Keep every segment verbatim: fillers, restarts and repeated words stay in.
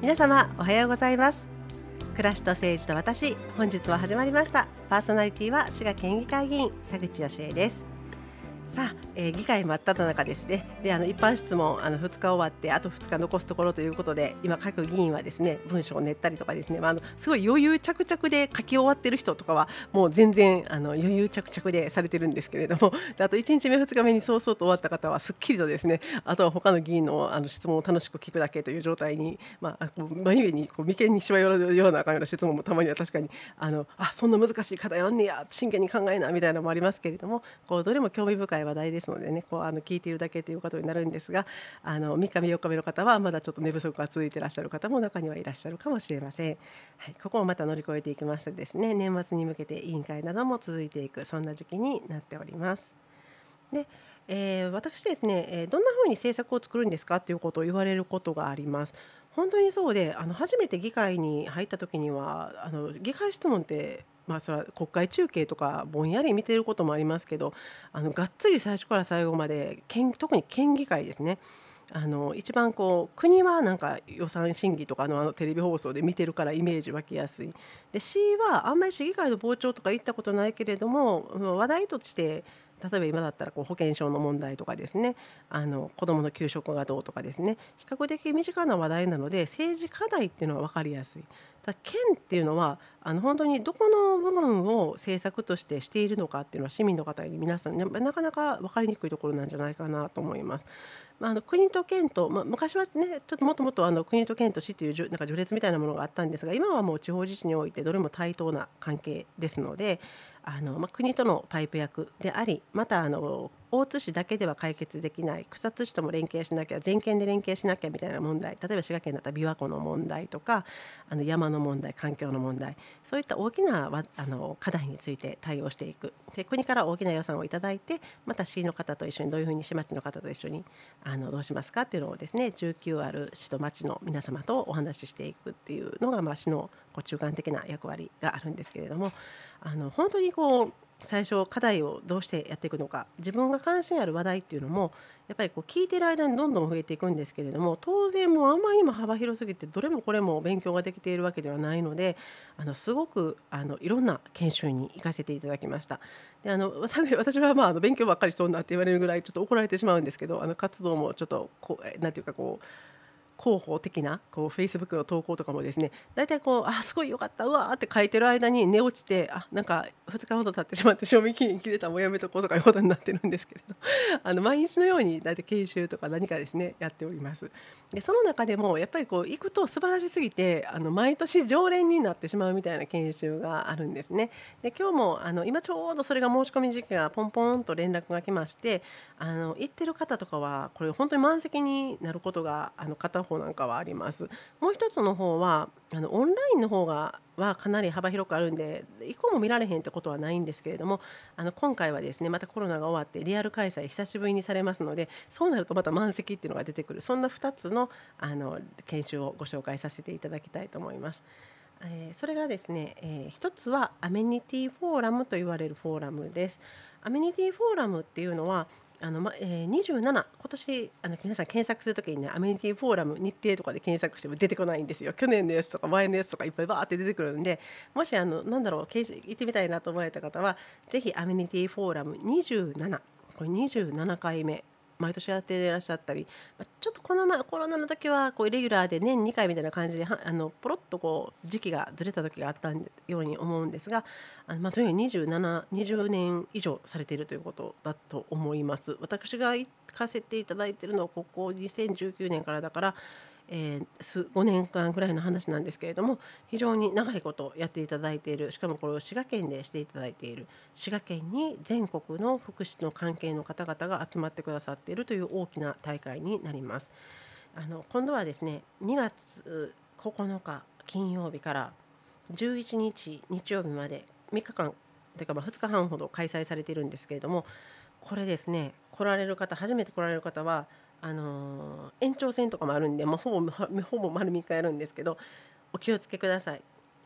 皆様おはようございます。暮らしと政治と私、本日は始まりました。パーソナリティは滋賀県議会議員佐口芳恵です。さあ、えー、議会真っ只中ですね。で、あの一般質問あのふつか終わってあとふつか残すところということで、今各議員はですね文章を練ったりとかですね、まあ、あのすごい余裕着々で書き終わってる人とかはもう全然あの余裕着々でされてるんですけれども、であといちにちめふつかめに早々と終わった方はすっきりとですね、あとは他の議員の、あの質問を楽しく聞くだけという状態に、まあ、こう眉毛にこう眉間にしわ寄るようなあかんような質問もたまには確かにあのあそんな難しい課題あんねや真剣に考えなみたいなのもありますけれども、こうどれも興味深い話題ですのでね、こうあの聞いているだけということになるんですが、あのみっかめよっかめの方はまだちょっと寝不足が続いていらっしゃる方も中にはいらっしゃるかもしれません。はい、ここをまた乗り越えていきましてですね、年末に向けて委員会なども続いていく、そんな時期になっております。で、えー私ですね、えーどんなふうに政策を作るんですかということを言われることがあります。本当にそうで、あの初めて議会に入った時にはあの議会質問って、まあ、それは国会中継とかぼんやり見てることもありますけど、あのがっつり最初から最後まで県特に県議会ですね、あの一番こう国はなんか予算審議とかのあのテレビ放送で見てるからイメージ湧きやすい。で市はあんまり市議会の傍聴とか行ったことないけれども、まあ話題として例えば今だったらこう保険証の問題とかですね、あの子どもの給食がどうとかですね、比較的身近な話題なので政治課題っていうのは分かりやすい。ただ県っていうのはあの本当にどこの部分を政策としてしているのかっていうのは市民の方に皆さん、ね、なかなか分かりにくいところなんじゃないかなと思います。まあ、あの国と県と、まあ、昔はねちょっともっともっとあの国と県と市というじゅなんか序列みたいなものがあったんですが、今はもう地方自治においてどれも対等な関係ですので、あの、まあ、国とのパイプ役であり、またあの大津市だけでは解決できない草津市とも連携しなきゃ、全県で連携しなきゃみたいな問題、例えば滋賀県だったら琵琶湖の問題とかあの山の問題、環境の問題、そういった大きなわあの課題について対応していく。で国から大きな予算をいただいて、また市の方と一緒にどういうふうに市町の方と一緒にあのどうしますかっていうのをですね、じゅうきゅうある市と町の皆様とお話ししていくっていうのが、まあ、市のこう中間的な役割があるんですけれども、あの本当にこう最初課題をどうしてやっていくのか、自分が関心ある話題っていうのもやっぱりこう聞いてる間にどんどん増えていくんですけれども、当然もうあんまりにも幅広すぎてどれもこれも勉強ができているわけではないので、あのすごくあのいろんな研修に行かせていただきました。であの私私はまああの勉強ばっかりしそうなって言われるぐらいちょっと怒られてしまうんですけど、あの活動もちょっとこうえなんていうかこう広報的なこう Facebook の投稿とかもですね、だいたいこうあすごいよかったうわーって書いてる間に寝落ちて、あなんかふつかほど経ってしまって賞味期限切れた、もうやめとこうとかいうことになってるんですけれど、あの毎日のようにだいたい研修とか何かですねやっております。でその中でもやっぱりこう行くと素晴らしすぎて、あの毎年常連になってしまうみたいな研修があるんですね。で今日もあの今ちょうどそれが申し込み時期がポンポンと連絡が来まして、あの行ってる方とかはこれ本当に満席になることがあの片方なんかはあります。もう一つの方はあのオンラインの方がはかなり幅広くあるんでいっこも見られへんってことはないんですけれども、あの今回はですねまたコロナが終わってリアル開催久しぶりにされますので、そうなるとまた満席っていうのが出てくる、そんなふたつのあの研修をご紹介させていただきたいと思います。えーそれがですね、えー一つはアメニティフォーラムと言われるフォーラムです。アメニティフォーラムっていうのはあの、まえーにじゅうなな今年あの皆さん検索するときにね、アメニティフォーラム日程とかで検索しても出てこないんですよ。去年のやつとか前のやつとかいっぱいバーって出てくるんで、もしあのなんだろう研修行ってみたいなと思われた方はぜひアメニティフォーラムにじゅうなな、これにじゅうななかいめ毎年やっていらっしゃったり、まあちょっとこの前コロナの時はこうイレギュラーで年にかいみたいな感じではあのポロッとこう時期がずれた時があったように思うんですが、あのまあ、とにかくにじゅうなな、にじゅうねん以上されているということだと思います。私が行かせていただいているのはここにせんじゅうきゅうねんからだから、えーすごねんかんぐらいの話なんですけれども、非常に長いことやっていただいている、しかもこれを滋賀県でしていただいている、滋賀県に全国の福祉の関係の方々が集まってくださっているという大きな大会になります。あの今度はですねにがつここのか金曜日からじゅういちにち日曜日までみっかかんというかまあふつかはんほど開催されているんですけれども、これですね来られる方、初めて来られる方はあのー延長戦とかもあるんで、まあ、ほぼほぼ丸みっかやるんですけど、お気をつけください。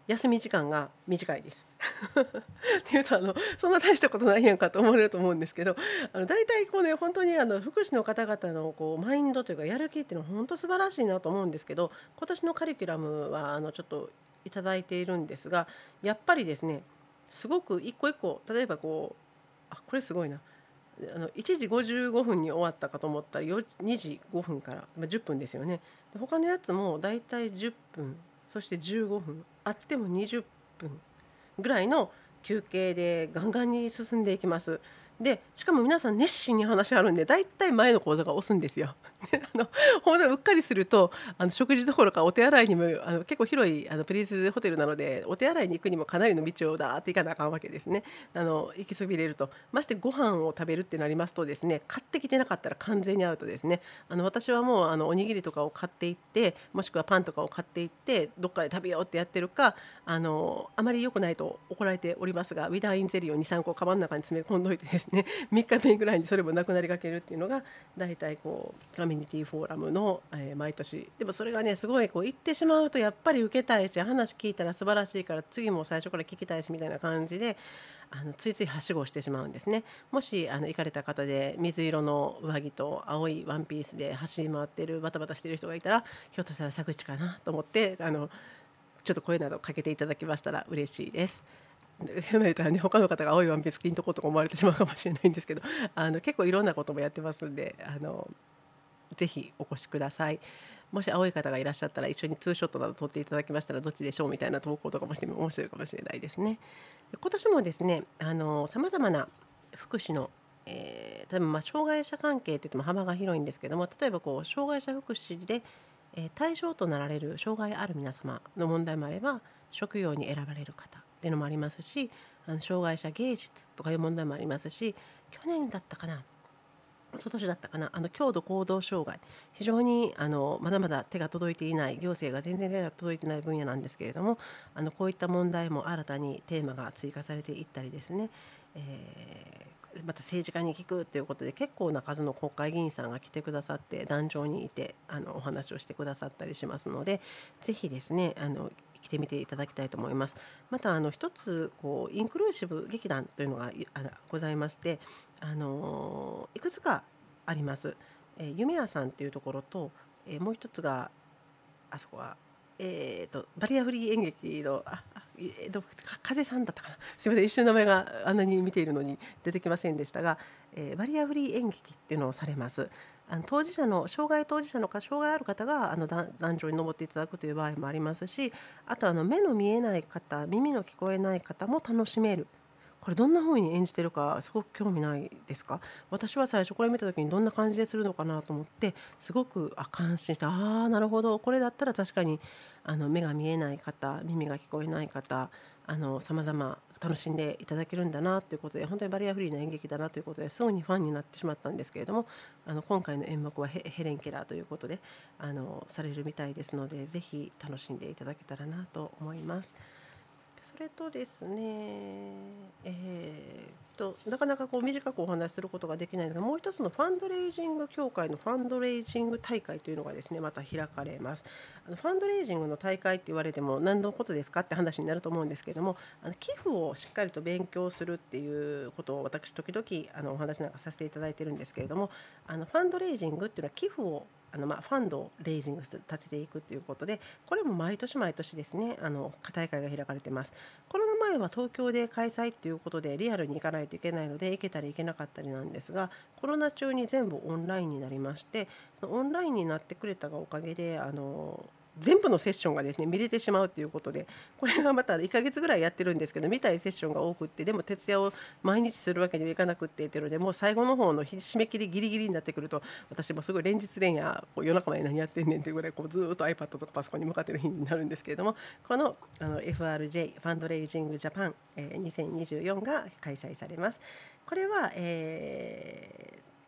休み時間が短いです。っていうとあのそんな大したことないやんかと思われると思うんですけど、あの大体こうね本当にあの福祉の方々のこうマインドというかやる気っていうのは本当素晴らしいなと思うんですけど、今年のカリキュラムはあのちょっといただいているんですが、やっぱりですねすごく一個一個、例えばこうあこれすごいな、あのいちじごじゅうごふんに終わったかと思ったらよにじごふんから、まあ、じゅっぷんですよね。で他のやつもだいたいじゅっぷん、そしてじゅうごふん、あってもにじゅっぷんぐらいの休憩でガンガンに進んでいきます。でしかも皆さん熱心に話あるんでだいたい前の講座が押すんですよ。であのほんとうっかりするとあの食事どころかお手洗いにもあの結構広いあのプリンスホテルなのでお手洗いに行くにもかなりの道をだーって行かなあかんわけですね。あの行きそびれると、ましてご飯を食べるってなりますとですね、買ってきてなかったら完全にアウトですね。あの私はもうあのおにぎりとかを買っていって、もしくはパンとかを買っていってどっかで食べようってやってるか、あのあまり良くないと怒られておりますがウィダーインゼリーをにさんこカバンの中に詰め込んどいてですねみっかめぐらいにそれもなくなりかけるっていうのがだいたいこうコミュニティフォーラムの、えー毎年でもそれがねすごいこう言ってしまうとやっぱり受けたいし、話聞いたら素晴らしいから次も最初から聞きたいしみたいな感じであのついついはしごをしてしまうんですね。もしあの行かれた方で水色の上着と青いワンピースで走り回ってるバタバタしてる人がいたらひょっとしたら佐口かなと思ってあのちょっと声などかけていただきましたら嬉しいです。でそうなるとね他の方が青いワンピース着んとこうとか思われてしまうかもしれないんですけど、あの結構いろんなこともやってますんで、あのぜひお越しください。もし青い方がいらっしゃったら一緒にツーショットなど撮っていただきましたらどっちでしょうみたいな投稿とかもしても面白いかもしれないですね。で今年もですねさまざまな福祉の、えー例えばまあ障害者関係といっても幅が広いんですけども、例えばこう障害者福祉で、えー対象となられる障害ある皆様の問題もあれば、職業に選ばれる方っていうのもありますし、あの障害者芸術とかいう問題もありますし、去年だったかな一昨年だったかな、あの強度行動障害、非常にあのまだまだ手が届いていない、行政が全然手が届いてない分野なんですけれども、あのこういった問題も新たにテーマが追加されていったりですね、えーまた政治家に聞くということで結構な数の国会議員さんが来てくださって壇上にいてあのお話をしてくださったりしますので、ぜひですねあの来てみていただきたいと思います。またあの一つこうインクルーシブ劇団というのがいあのございまして、あのいくつかあります。えー夢屋さんっていうところと、えーもう一つがあそこは、えー、とバリアフリー演劇のああえーとか風さんだったかな、すみません一瞬名前があんなに見ているのに出てきませんでしたが、えーバリアフリー演劇っていうのをされます。あの当事者の障害当事者のか障害ある方があの壇壇上に登っていただくという場合もありますし、あとあの目の見えない方耳の聞こえない方も楽しめる、これどんな風に演じてるかすごく興味ないですか？私は最初これ見た時にどんな感じでするのかなと思ってすごくあ感心して、ああなるほど、これだったら確かにあの目が見えない方耳が聞こえない方あの様々楽しんでいただけるんだなということで、本当にバリアフリーな演劇だなということですぐにファンになってしまったんですけれども、あの今回の演目はヘヘレン・ケラーということであのされるみたいですので、ぜひ楽しんでいただけたらなと思います。それとですね、えー、となかなかこう短くお話しすることができないのが、もう一つのファンドレイジング協会のファンドレイジング大会というのがですねまた開かれます。あのファンドレイジングの大会って言われても何のことですかって話になると思うんですけれども、あの寄付をしっかりと勉強するっていうことを私時々あのお話なんかさせていただいてるんですけれども、あのファンドレイジングっていうのは寄付をあのまあファンドをレイジング立てていくということで、これも毎年毎年ですねあの大会が開かれています。コロナ前は東京で開催ということでリアルに行かないといけないので行けたり行けなかったりなんですが、コロナ中に全部オンラインになりまして、そのオンラインになってくれたがおかげであの全部のセッションがですね見れてしまうということで、これがまたいっかげつぐらいやってるんですけど、見たいセッションが多くって、でも徹夜を毎日するわけにはいかなくってっていうので、もう最後の方の日締め切りギリギリになってくると、私もすごい連日連夜こう夜中まで何やってんねんっていうぐらいこうずーっと iPad とかパソコンに向かってる日になるんですけれども、このあの エフアールジェイ ファンドレイジングジャパン、えーにせんにじゅうよんが開催されます。これは、えー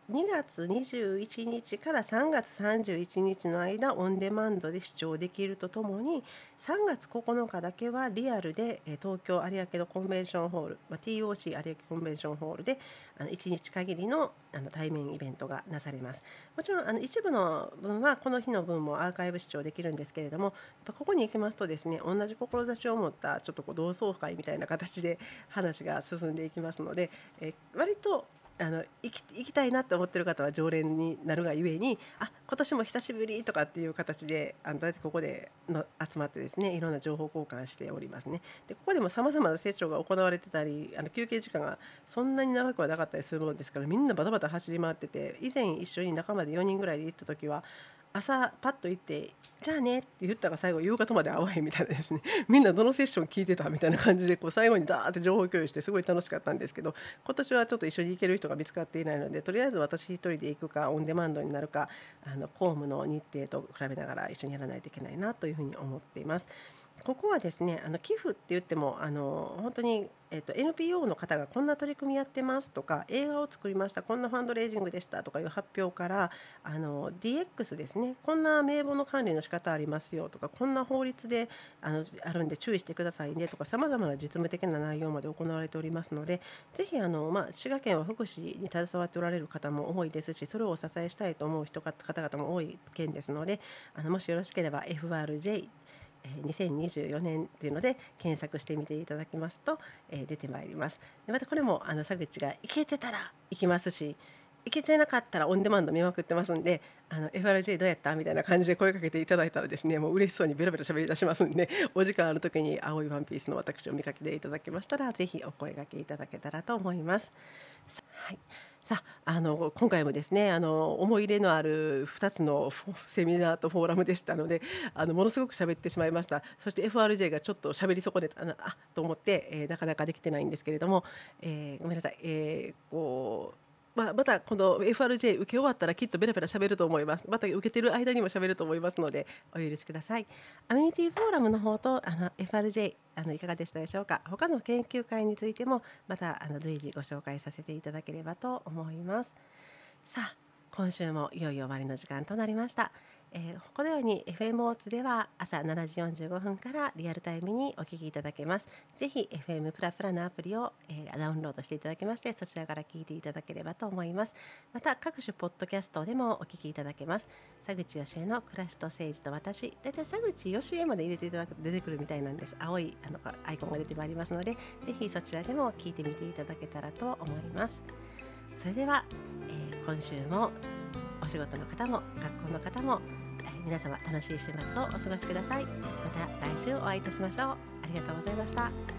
にがつにじゅういちにちからさんがつさんじゅういちにちの間オンデマンドで視聴できるとともに、さんがつここのかだけはリアルでえー東京有明のコンベンションホール、まあ、ティーオーシー 有明コンベンションホールであのいちにち限りのあの対面イベントがなされます。もちろんあの一部の分はこの日の分もアーカイブ視聴できるんですけれども、やっぱここに行きますとですね、同じ志を持ったちょっとこう同窓会みたいな形で話が進んでいきますので、えー割とあの行き行きたいなと思ってる方は常連になるがゆえに、あ今年も久しぶりとかっていう形であのだいたいここでの集まってですね、いろんな情報交換しておりますね。でここでもさまざまなセッションが行われてたり、あの休憩時間がそんなに長くはなかったりするものですから、みんなバタバタ走り回ってて、以前一緒に仲間でよにんぐらいで行った時は朝パッと行ってじゃあねって言ったが最後夕方まで会わへんみたいなですね、みんなどのセッション聞いてたみたいな感じでこう最後にダーって情報共有してすごい楽しかったんですけど、今年はちょっと一緒に行ける人が見つかっていないので、とりあえず私一人で行くかオンデマンドになるか、あの公務の日程と比べながら一緒にやらないといけないなというふうに思っています。ここはですね、あの寄付って言ってもあの本当に、えっと、エヌピーオー の方がこんな取り組みやってますとか、映画を作りました、こんなファンドレイジングでしたとかいう発表から、あの ディーエックス ですね、こんな名簿の管理の仕方ありますよとか、こんな法律であのあるんで注意してくださいねとか、さまざまな実務的な内容まで行われておりますので、ぜひあの、まあ、滋賀県は福祉に携わっておられる方も多いですし、それをお支えしたいと思う人方々も多い県ですので、あのもしよろしければ エフアールジェイにせんにじゅうよねんというので検索してみていただきますと、えー出てまいります。でまたこれもあの佐口が行けてたら行きますし、行けてなかったらオンデマンド見まくってますんで、あの エフアールジェイ どうやったみたいな感じで声かけていただいたらですね、もう嬉しそうにベラベラ喋り出しますんで、お時間ある時に青いワンピースの私を見かけていただけましたら、ぜひお声掛けいただけたらと思います。さはい、さあ、あの今回もですね、あの思い入れのあるふたつのフォセミナーとフォーラムでしたので、あのものすごく喋ってしまいました。そして エフアールジェイ がちょっと喋り損ねたなあと思って、えーなかなかできてないんですけれども、えーごめんなさい、えーこうまあ、またこの エフアールジェイ 受け終わったらきっとベラベラ喋ると思います。また受けてる間にも喋ると思いますのでお許しください。アメニティフォーラムの方とあの エフアールジェイ あのいかがでしたでしょうか。他の研究会についてもまたあの随時ご紹介させていただければと思います。さあ今週もいよいよ終わりの時間となりました。えーこのように エフエム オーツでは朝しちじよんじゅうごふんからリアルタイムにお聞きいただけます。ぜひ エフエム プラプラのアプリを、えーダウンロードしていただきまして、そちらから聞いていただければと思います。また各種ポッドキャストでもお聞きいただけます。佐口義恵の暮らしと政治と私、だいたい佐口義恵まで入れていただくと出てくるみたいなんです。青いあのアイコンが出てまいりますので、ぜひそちらでも聞いてみていただけたらと思います。それでは、えー今週もお仕事の方も学校の方も、えー皆様楽しい週末をお過ごしください。また来週お会いいたしましょう。ありがとうございました。